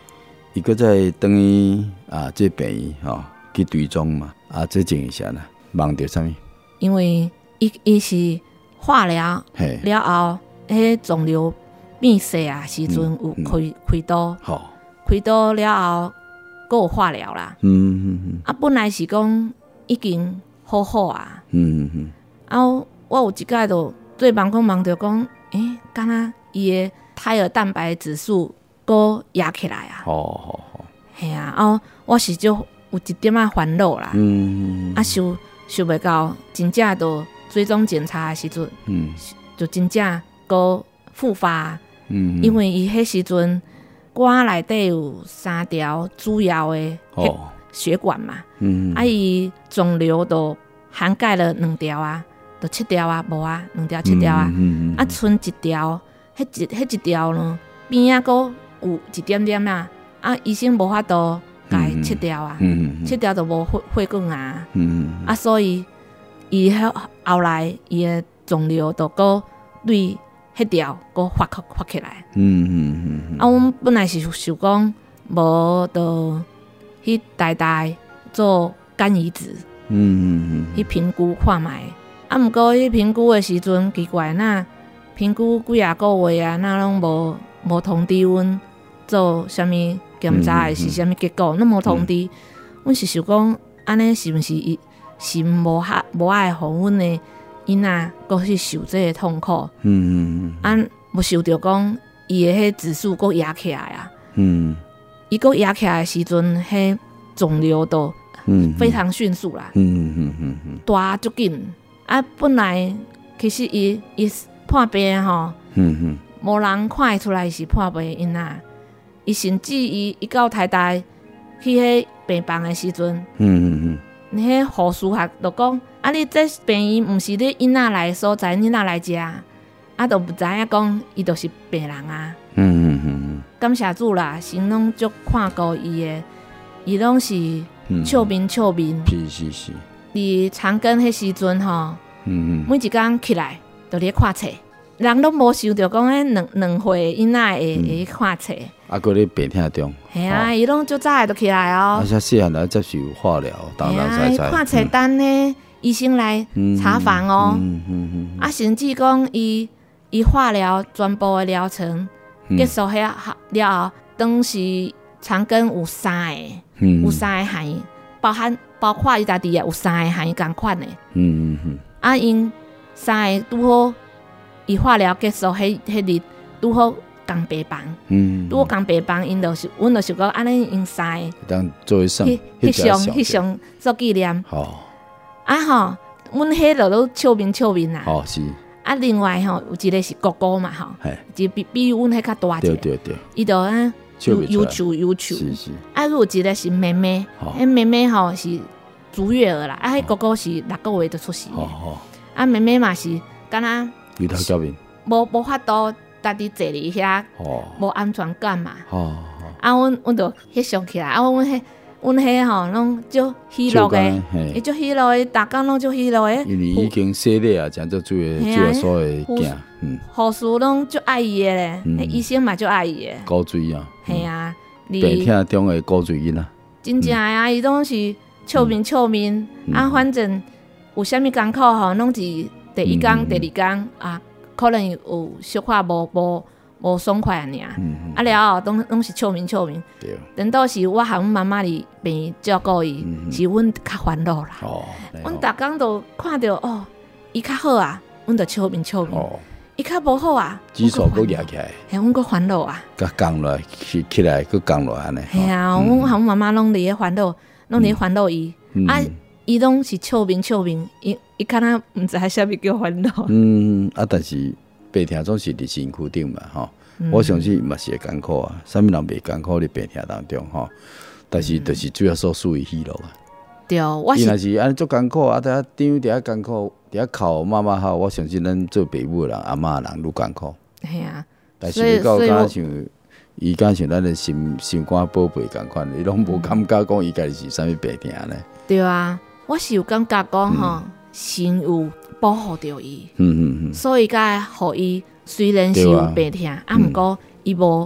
伊搁再等于啊，这病医吼去追踪嘛，啊，这情形下呢，忙着啥物？ 因为伊伊是化疗了后，迄肿瘤变细啊时阵有开开刀，开刀了后，搁有化疗啦。嗯嗯嗯。啊，本来是讲已经好好啊。嗯嗯嗯。啊，我有一摆就做梦讲梦着讲，诶，敢若伊的胎儿蛋白指数搁压起来啊。好好好。系啊，啊，我是就有一点仔烦恼啦。嗯嗯。啊，想想袂到，真正就追踪检查的时阵，嗯，就真正搁复发。嗯。因为伊迄时阵肝内底有三条主要的血管嘛。嗯。啊，伊肿瘤都涵盖了两条啊。就七条啊，无啊，两条七条啊，嗯嗯、啊，剩一条，迄一迄一条呢，边啊，搁有一点点啊，啊，医生无法度甲伊切掉啊，嗯嗯、切掉就无血血管啊，嗯、啊，所以伊后后来伊的肿瘤就搁对迄条搁发发起来，嗯嗯嗯、啊，阮本来是想讲无就去台大做肝移植，嗯嗯、去评估看卖。啊，毋过迄评估的时阵奇怪，那评估几啊个月啊，那拢无无通知阮做啥物检查的是啥物结果，那无通知，阮是想讲安尼是毋是伊是无哈无爱互阮的囡仔搁去受这个痛苦？嗯嗯嗯。啊，无想着讲伊的迄指数搁压起来啊。嗯。伊搁压起来的时阵，迄肿瘤都非常迅速啦。嗯嗯嗯嗯。大足紧。啊，本来其实伊伊破病吼，嗯嗯，无人看出来是破病因仔。伊甚至伊伊到台大去迄病房的时阵，嗯嗯嗯，迄护士还就讲，啊，你这病院毋是你因仔来所在，你哪来食？啊，都不知影讲伊就是病人啊。嗯嗯嗯，感谢主啦，神拢足看顾伊的，伊拢是笑面笑面。 是是是。 伫长庚迄时阵吼，嗯、每一工起来就咧看册，人拢无想着讲迄两两岁囡仔会会看册。 啊，搁咧病痛中。 系啊，伊拢足早就起来哦。 啊，遮细汉来接受化疗，当当采采。 看册单呢，医生来查房哦。嗯嗯嗯。啊，甚至讲伊伊化疗全部的疗程结束遐了后，当时长庚有三个，嗯、有三个含包含。包括伊家己也有三个含共款的，嗯嗯嗯，啊因三个拄好，伊化疗结束迄迄日拄好共病房，嗯，拄好共病房，因就是阮就想讲安尼因三个当作为上翕相翕相做纪念，好，啊吼，阮迄落都笑面笑面啦，哦是，啊另外吼有一个是哥哥嘛吼，就比比阮迄较大一个，对对对，伊就啊。有有求有求，啊！如果一个是妹妹，迄妹妹吼是足月儿啦，啊！迄哥哥是六个月就出世的，啊！妹妹嘛是敢若有头交面， 无无法度家己坐伫遐，无安全感嘛。啊！阮阮就翕相起来，啊！阮迄阮迄吼拢足喜乐的，伊足喜乐的，逐工拢足喜乐的。 因为已经洗礼啊，真做做做所有囝。 嗯，护士拢足爱伊的咧，嗯、医生嘛足爱伊的。 高水啊， 系啊， 病痛中的高水囡仔。 真正啊，伊拢是笑面笑面，嗯、啊，反正有啥物艰苦吼，拢是第一工、嗯、第二工啊，可能有小可无无无爽快尔，嗯、啊了后拢拢是笑面笑面。对。等到是我和阮妈妈伫病照顾伊，嗯、是阮较烦恼啦。哦。阮逐工都看到哦，伊较好啊，阮就笑面笑面。哦。伊较无好啊， 指数佫压起来， 嘿，阮佫烦恼啊， 佮降落起起来，佫降落安尼。 系啊，阮和阮妈妈拢伫咧烦恼，拢伫咧烦恼伊，啊，伊拢是笑面笑面，伊伊敢若毋知啥物叫烦恼。嗯， 啊，但是病痛总是伫身躯顶嘛，吼，我相信嘛是会艰苦啊，啥物人袂艰苦伫病痛当中吼，但是就是主要所属于喜乐啊。 对，我是。 伊若是安尼足艰苦，啊，伫遐张伫遐艰苦。伫遐哭妈妈好，我相信咱做爸母的人、阿嬷的人愈艰苦。系啊，但是你到敢像伊敢像咱的心心肝宝贝共款，伊拢无感觉讲伊家己是啥物病痛呢？ 对啊，我是有感觉讲吼，神有保护着伊。嗯嗯嗯。所以才互伊虽然是有病痛，啊，毋过伊无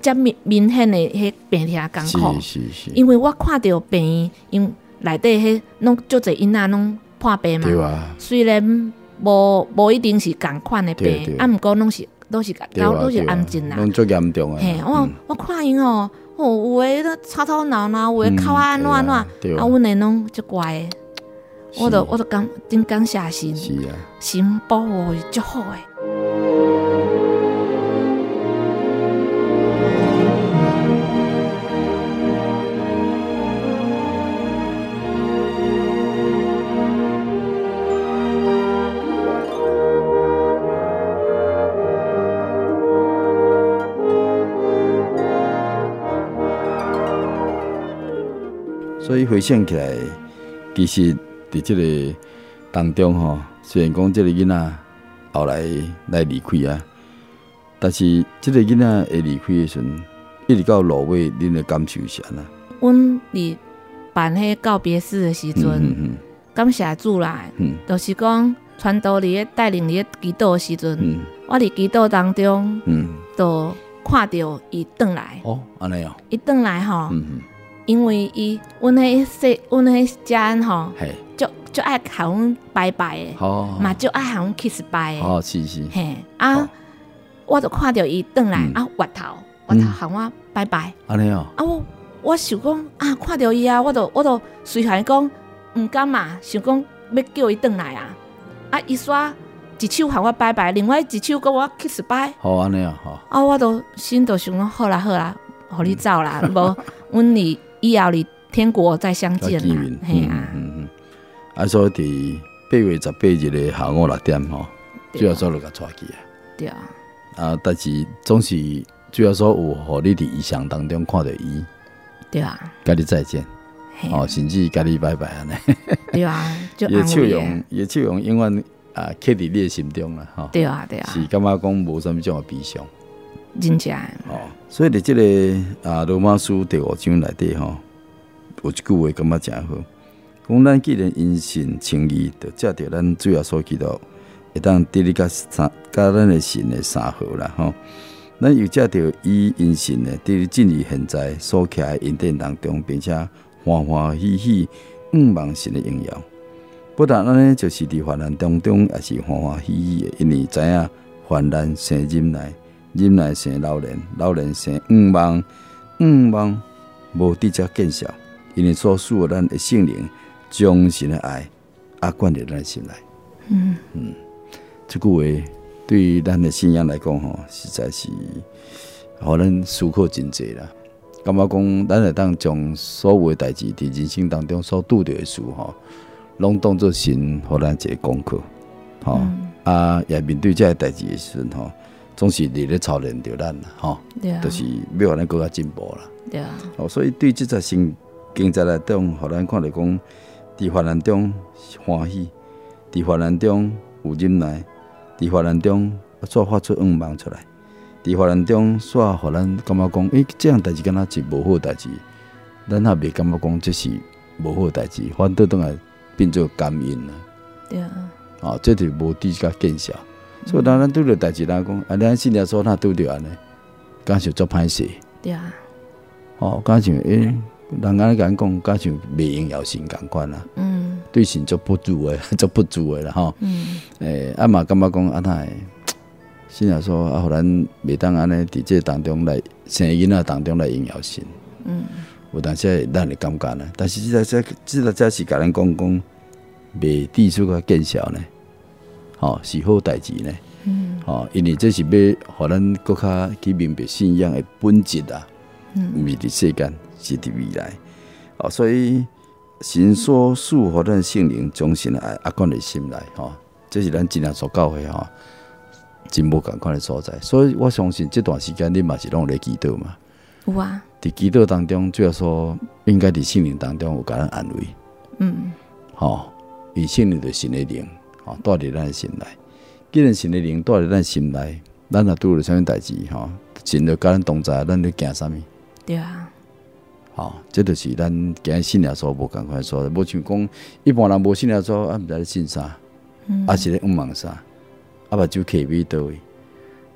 遮明明显的迄病痛艰苦， 是是是， 因为我看到病院，因内底迄拢足侪囡仔拢破病嘛。 对啊。 虽然无无一定是共款的病，啊，毋过拢是都是都都是癌症啦， 拢足严重诶。 嘿，我我看因吼，哦，有诶都吵吵闹闹，有诶哭啊安怎安怎，啊，阮诶拢足乖诶，我都我都感真感谢神， 是啊， 神保护足好诶。 所以回想起来，其实伫即个当中吼，虽然讲即个囡仔后来来离开啊，但是即个囡仔会离开的时阵，一直到落尾，恁的感受是安怎？ 阮伫办迄告别式的时阵，嗯嗯嗯感谢主啦，嗯、就是讲传道伫咧带领伫咧祈祷的时阵，嗯、我伫祈祷当中，嗯，就看到伊转来。 哦，安尼哦， 伊转来吼。 嗯嗯因为伊，阮迄说，阮迄家人吼，就就爱甲阮拜拜诶，嘛就爱甲阮 kiss 拜诶。 哦，是是。 嘿啊，我就看到伊转来啊，滑头滑头喊我拜拜。 安尼哦。 啊，我我想讲啊，看到伊啊，我就我就随喊伊讲毋甘嘛，想讲要叫伊转来啊。啊，伊煞一手喊我拜拜，另外一手跟我 kiss 拜。 好安尼啊，好。 啊，我就心就想讲好啦好啦，互你走啦，无阮离。以后离天国再相见啦，嘿啊，嗯嗯， 啊，所以伫八月十八日的下午六点吼，主要所就甲带去啊， 对啊， 啊，但是总是主要所有互你伫异象当中看到伊， 对啊， 甲你再见，哦，甚至甲你拜拜安尼， 对啊，就安慰笑容，伊笑容永远啊刻伫你的心中啦，吼， 对啊对啊， 是感觉讲无啥物种的悲伤。 真正哦，所以伫即个啊罗马书第五章内底吼，有一句话感觉真好，讲咱既然因信称义，就借着咱主要所祈祷，会当得哩甲三甲咱的神的三合啦吼。咱又借着伊因信的，得哩进入现在所徛的恩典当中，并且欢欢喜喜仰望神的荣耀。不但安尼，就是伫患难当中也是欢欢喜喜的，因为知影患难生忍耐。忍耐生老练，老练生仰望，仰望无直接见效，因为所属咱的圣灵将神的爱压灌入咱的心内。嗯嗯，这句话对于咱的信仰来讲吼，实在是互咱思考真济啦。感觉讲，咱会当将所有的代志伫人生当中所拄到的事吼，拢当作神互咱一个功课，吼、嗯、啊，也面对这个代志的时阵吼。总是伫咧操练着咱啦，吼，就是要互咱更加进步啦。对啊，哦，所以对即只新经济来讲，互咱看到讲，伫患难中欢喜，伫患难中有忍耐，伫患难中煞发出仰望出来，伫患难中煞互咱感觉讲，诶、欸，这样代志敢若是无好代志，咱也袂感觉讲这是无好代志，反倒倒来变做感恩啦。对啊，哦，这就无直接见效。所以当咱拄着代志，人讲啊，咱信耶稣，那拄着安尼，敢是足歹势。对啊。哦，敢像诶，人安尼甲讲，敢像袂应要神共款啦。嗯。对神足不足诶，足不足诶啦吼。嗯。诶、欸，啊嘛感觉讲安那，信耶稣啊，互咱袂当安尼伫这当中来生囡仔当中来应要神。嗯。有当时咱会感觉呢，但是即个这即个这是甲咱讲讲，袂抵触个见效呢。哦，是好代志呢。嗯。哦，因为这是要互咱更较去明白信仰的本质啊。嗯。毋是伫世间，是伫未来。哦，所以神所赐互咱圣灵将神的爱压灌入心内。吼，这是咱真正所教会吼，真无共款的所在。所以我相信这段时间你嘛是拢有咧祈祷嘛。有啊。伫祈祷当中，主要说应该伫圣灵当中有甲咱安慰。嗯。吼，以圣灵的神的灵。吼，带入咱心内。既然神的灵带入咱心内，咱若拄着啥物代志，吼，神就甲咱同在，咱咧惊啥物？对啊。吼，这就是咱惊信耶稣无共款说，无像讲一般人无信耶稣，啊，毋知咧信啥，嗯、啊是咧仰望啥，啊目睭徛伫倒位，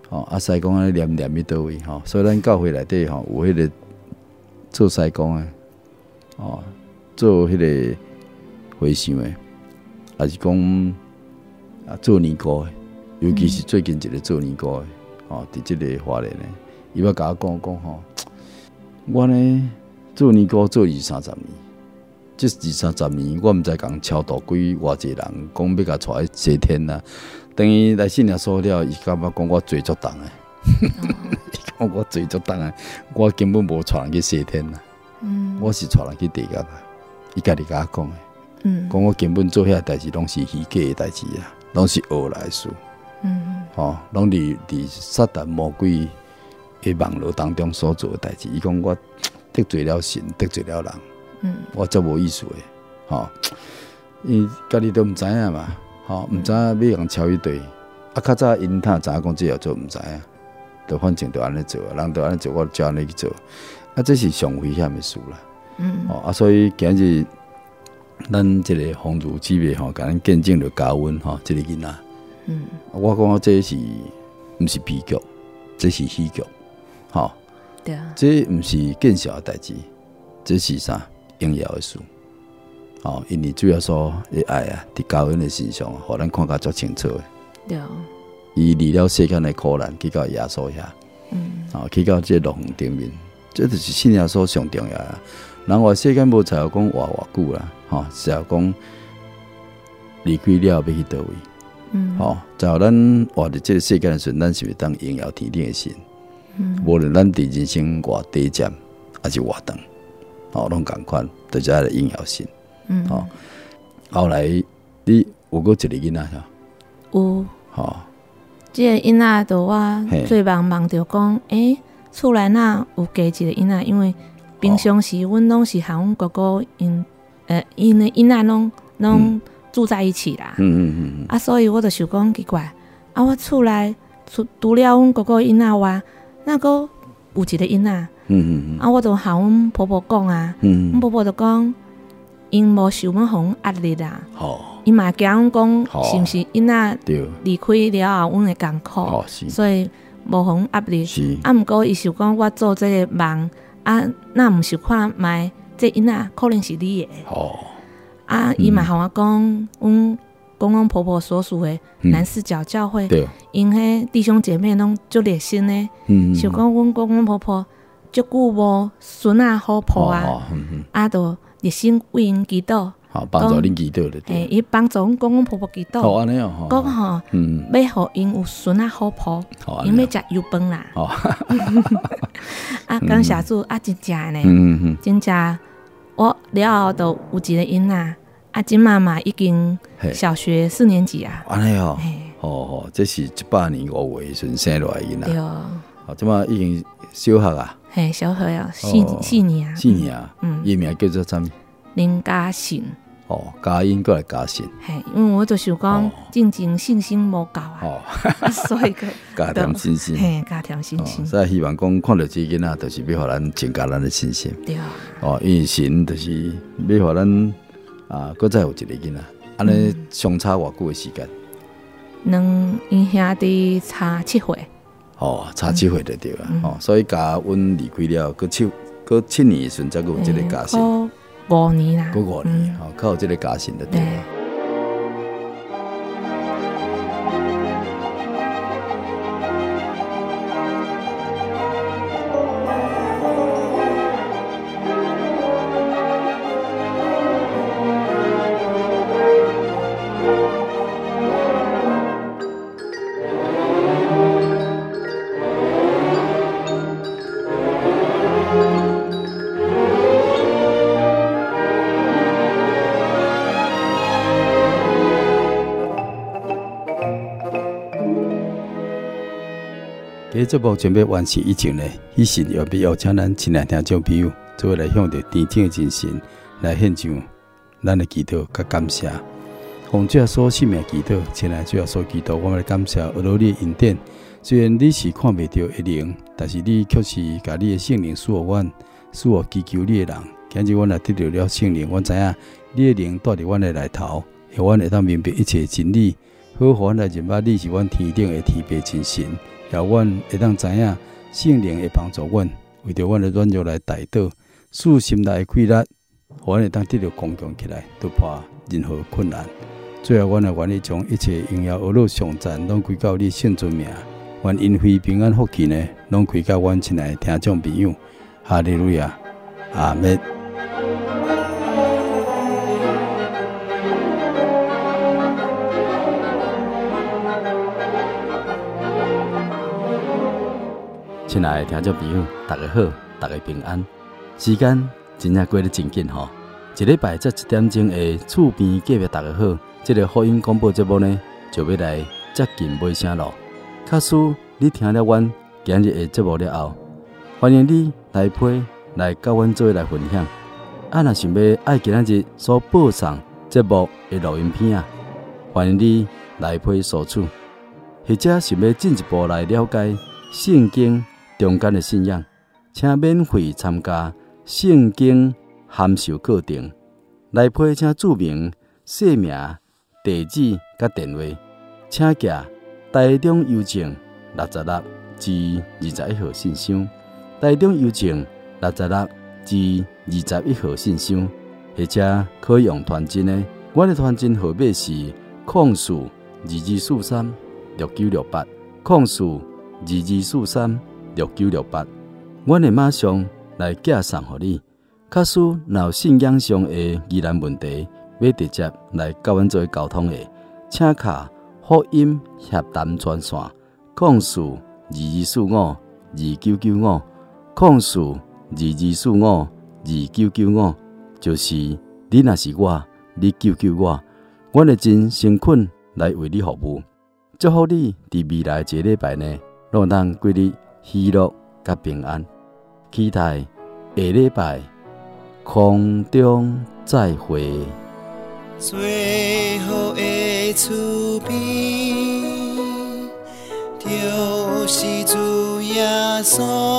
吼、哦、啊西公安尼念念伫倒位吼，所以咱教会内底吼有迄个做西公诶，哦做迄个回想诶，还是讲啊做年糕诶，尤其是最近一个做年糕诶，吼伫即个华联诶，伊要甲我讲讲吼，我呢做年糕做二三十年。即二三十年，我毋知讲超度几偌济人，讲要甲带去西天啊。等于来信仰所了，伊感觉讲我罪足重诶，伊讲我罪足重诶，我根本无带人去西天啊。嗯，我是带人去地狱啊。伊家己甲我讲诶，嗯，讲我根本做遐代志拢是虚假诶代志啊，拢是学来诶事。嗯，吼、哦，拢伫伫撒旦魔鬼诶网络当中所做诶代志。伊讲我得罪了神，得罪了人。嗯、我则无意思诶，吼、哦，伊家己都毋知影嘛，吼、哦，毋知影要人超一队，啊，较早因他知影讲这要做，毋知影，就反正就安尼做，人就安尼做，我就安尼去做，啊，这是上危险诶事啦，嗯，哦，啊，所以今日咱即个红儒姊妹吼，甲咱见证着嘉温吼，即、這个囡仔，嗯，我讲这是毋是悲剧，这是喜剧，吼、哦，对啊，这毋是见笑诶代志，这是啥？荣耀的事，哦，因为主要说的爱啊，伫教恩的身上，互咱看甲足清楚的。对。伊离了世间的苦难，去到耶稣遐，嗯，哦，去到这路顶面，这就是信耶稣上重要啊。人话世间无才有讲活偌久啦，吼、哦，只要讲离开了要去倒位，嗯，吼、哦，只要咱活伫这个世间的时阵，咱是会当荣耀天顶的神，嗯，无论咱伫人生偌短暂，还是偌长。哦，拢共款，就只个应用性。嗯。哦，后来你有过一个囡仔噻？ 有。哦。即个囡仔就我最忙忙着讲，诶、欸，厝内若有加一个囡仔，因为平常时阮拢是和阮哥哥因，呃，因的囡仔拢拢住在一起啦。嗯嗯嗯嗯。啊，所以我就想讲奇怪，啊，我厝内除除了阮哥哥囡仔外，那个有一个囡仔。嗯嗯嗯，啊，我就向阮婆婆讲啊，阮、嗯、婆婆就讲，因无想要互阮压力啦，伊嘛惊阮讲是毋是囡仔离开了后，阮会艰苦，所以无互阮压力。啊，毋过伊想讲我做这个梦，啊，那毋想看卖这囡仔可能是你的。哦，啊，伊嘛向我讲，阮公公婆婆所属的南四角教会，因迄弟兄姐妹拢足热心的，嗯、想讲阮公公婆婆。足久无孙仔好抱啊，哦嗯嗯、啊，就热心为因祈祷， 好帮助恁祈禱就对。 诶，伊帮助阮公公婆婆祈禱。 好安尼哦， 讲吼，嗯，要互因有孙仔好抱，因要食油飯啦。哦，啊，感謝主啊，真正呢，嗯嗯，真正我了後就有一個囡仔，啊，今媽媽已經小學四年級啊。 安尼哦，哦哦，這是一百年五月時生落來囡仔。對哦，啊，今嘛已經小學啊。 嘿，小學啊，四四年啊， 四年啊，嗯，伊名叫做啥物？ 林嘉信。 哦，嘉音过来嘉信。 嘿，因为我就想讲，正正信心无够啊，哦、所以个加添信心。 嘿，加添信心。 哦、所以希望讲看到这囡仔，就是要互咱增加咱的信心。对啊。哦，因为神就是要互咱啊，搁再有一个囡仔，安尼相差偌久的時間？ 兩因兄弟差七歲。 哦，差七歲就對啦。嗯、哦，所以嘉温離開了，搁七搁七年時陣才有這個嘉信。 欸五年啦， 過五年，嗯、靠有這個嘉信就對了。喺節目準備完事以前呢，以前要必要請咱親愛聽眾朋友，做伙來向着天頂的真神來獻上咱的祈禱甲感謝。奉主耶穌聖名祈禱，親愛主耶穌祈禱，我們來感謝有勞你的恩典。雖然你是看袂到的靈，但是你卻是把你的聖靈賜予阮，賜予祈求你的人。今日阮也得到了聖靈，阮知影你的靈帶佇阮的內頭，讓阮會當明白一切真理。好，阮來認捌你是阮天頂的天父真神。 也阮会当知影圣灵会帮助阮，为着阮的软弱来代祷，使心内的气力，互阮会当得到刚强起来，突破任何困难。最后，阮也愿意将一切荣耀、恶乐、颂赞，拢归到你圣尊名。愿因非平安福气呢，拢归到阮亲爱的听众朋友。哈利路亚，阿们。亲爱的听众朋友，大家好，大家平安。时间真正过得真紧吼，一礼拜才一点钟的厝边隔壁大家好，这个福音广播节目呢，就要来接近尾声咯。假使你听了阮今日的节目了后，欢迎你来批来跟阮做来分享。啊，若想要爱今仔日所播送节目的录音片啊，欢迎你来批索取，或者想要进一步来了解圣经中间的信仰，请免费参加圣经函授课程。来批请注明姓名、地址甲电话，请寄台中邮政六十六至二十一号信箱，台中邮政六十六至二十一号信箱，或者可以用传真的，我的传真号码是空四二二四三六九六八，空四二二四三六九六八，我会马上来寄送给你。假使若有信仰上的疑难问题，要直接来甲阮做沟通的，请卡福音协谈专线，空四二二四五二九九五，空四二二四五二九九五，就是你若是我，你救救我，我会真诚恳来为你服务。祝福你伫未来一个礼拜呢，拢当过日喜乐甲平安。期待下礼拜空中再会。 最后的厝边，就是主耶稣，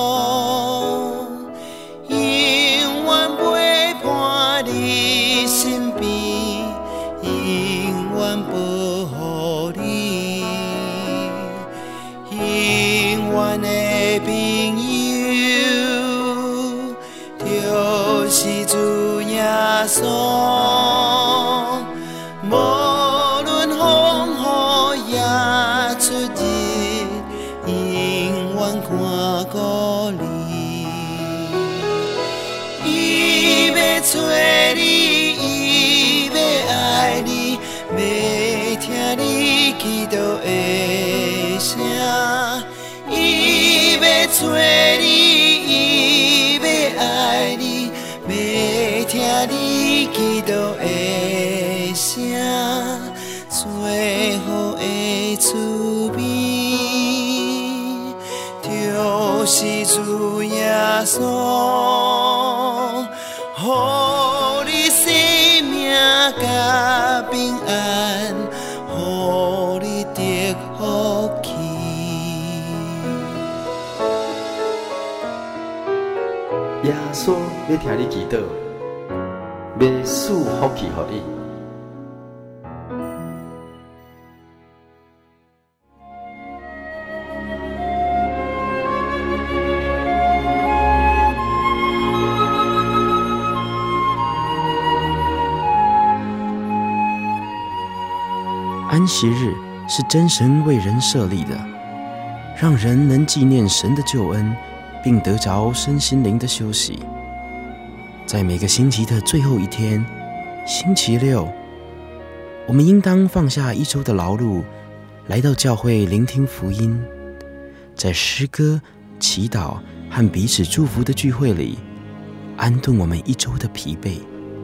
永远陪伴你身边，永远保护你，永远的朋友，就是主耶稣。无论风雨也出日，永远看顾你。伊要找你，伊要爱你，要听你祈祷的声。伊要找你，伊要爱你，要听你祈祷的声。最好的厝边，就是主耶稣，予你生命甲平安，予你得福气。 耶稣要听你祈祷，要赐福气予你。 安息日是真神为人设立的，让人能纪念神的救恩，并得着身心灵的休息。在每个星期的最后一天，星期六，我们应当放下一周的劳碌，来到教会聆听福音，在诗歌、祈祷和彼此祝福的聚会里，安顿我们一周的疲惫。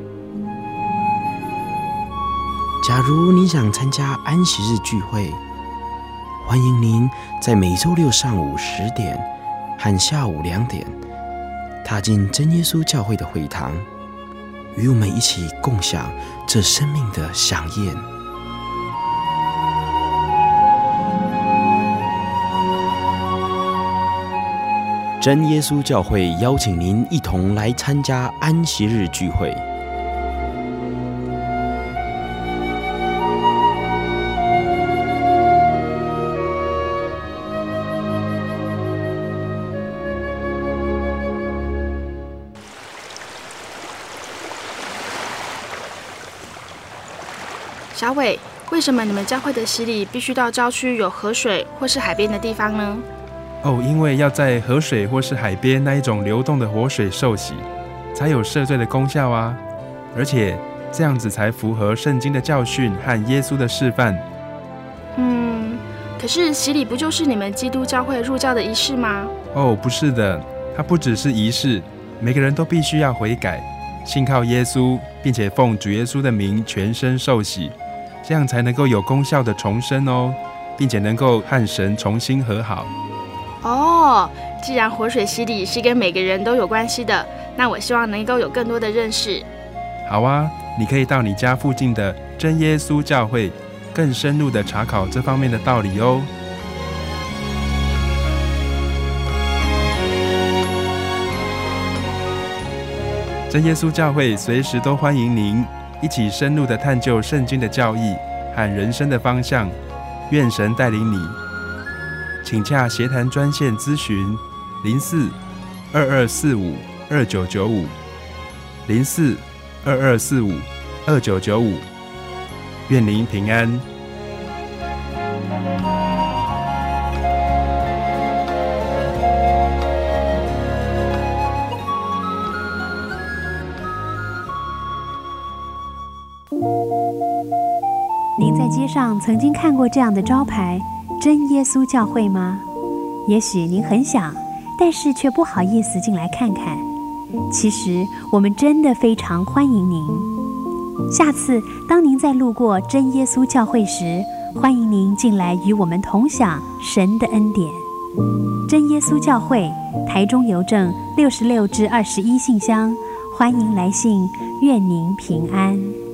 假如你想参加安息日聚会，欢迎您在每周六上午十点和下午两点踏进真耶稣教会的会堂，与我们一起共享这生命的飨宴。真耶稣教会邀请您一同来参加安息日聚会。 小伟，为什么你们教会的洗礼必须到郊区有河水或是海边的地方呢？ 哦，因为要在河水或是海边那一种流动的活水受洗，才有赦罪的功效啊。而且这样子才符合圣经的教训和耶稣的示范。 嗯，可是洗礼不就是你们基督教会入教的仪式吗？ 哦，不是的，它不只是仪式，每个人都必须要悔改，信靠耶稣，并且奉主耶稣的名全身受洗，这样才能够有功效的重生哦，并且能够和神重新和好。 哦，既然活水洗礼是跟每个人都有关系的，那我希望能够有更多的认识。 好啊，你可以到你家附近的真耶稣教会，更深入的查考这方面的道理哦。真耶稣教会随时都欢迎您一起深入的探究圣经的教义和人生的方向，愿神带领你。请洽协谈专线咨询零四二二四五二九九五零四二二四五二九九五，愿您平安。 您在街上曾经看过这样的招牌真耶稣教会吗？也许您很想，但是却不好意思进来看看。其实我们真的非常欢迎您。下次当您在路过真耶稣教会时，欢迎您进来与我们同享神的恩典。真耶稣教会，台中邮政六十六至二十一信箱，欢迎来信，愿您平安。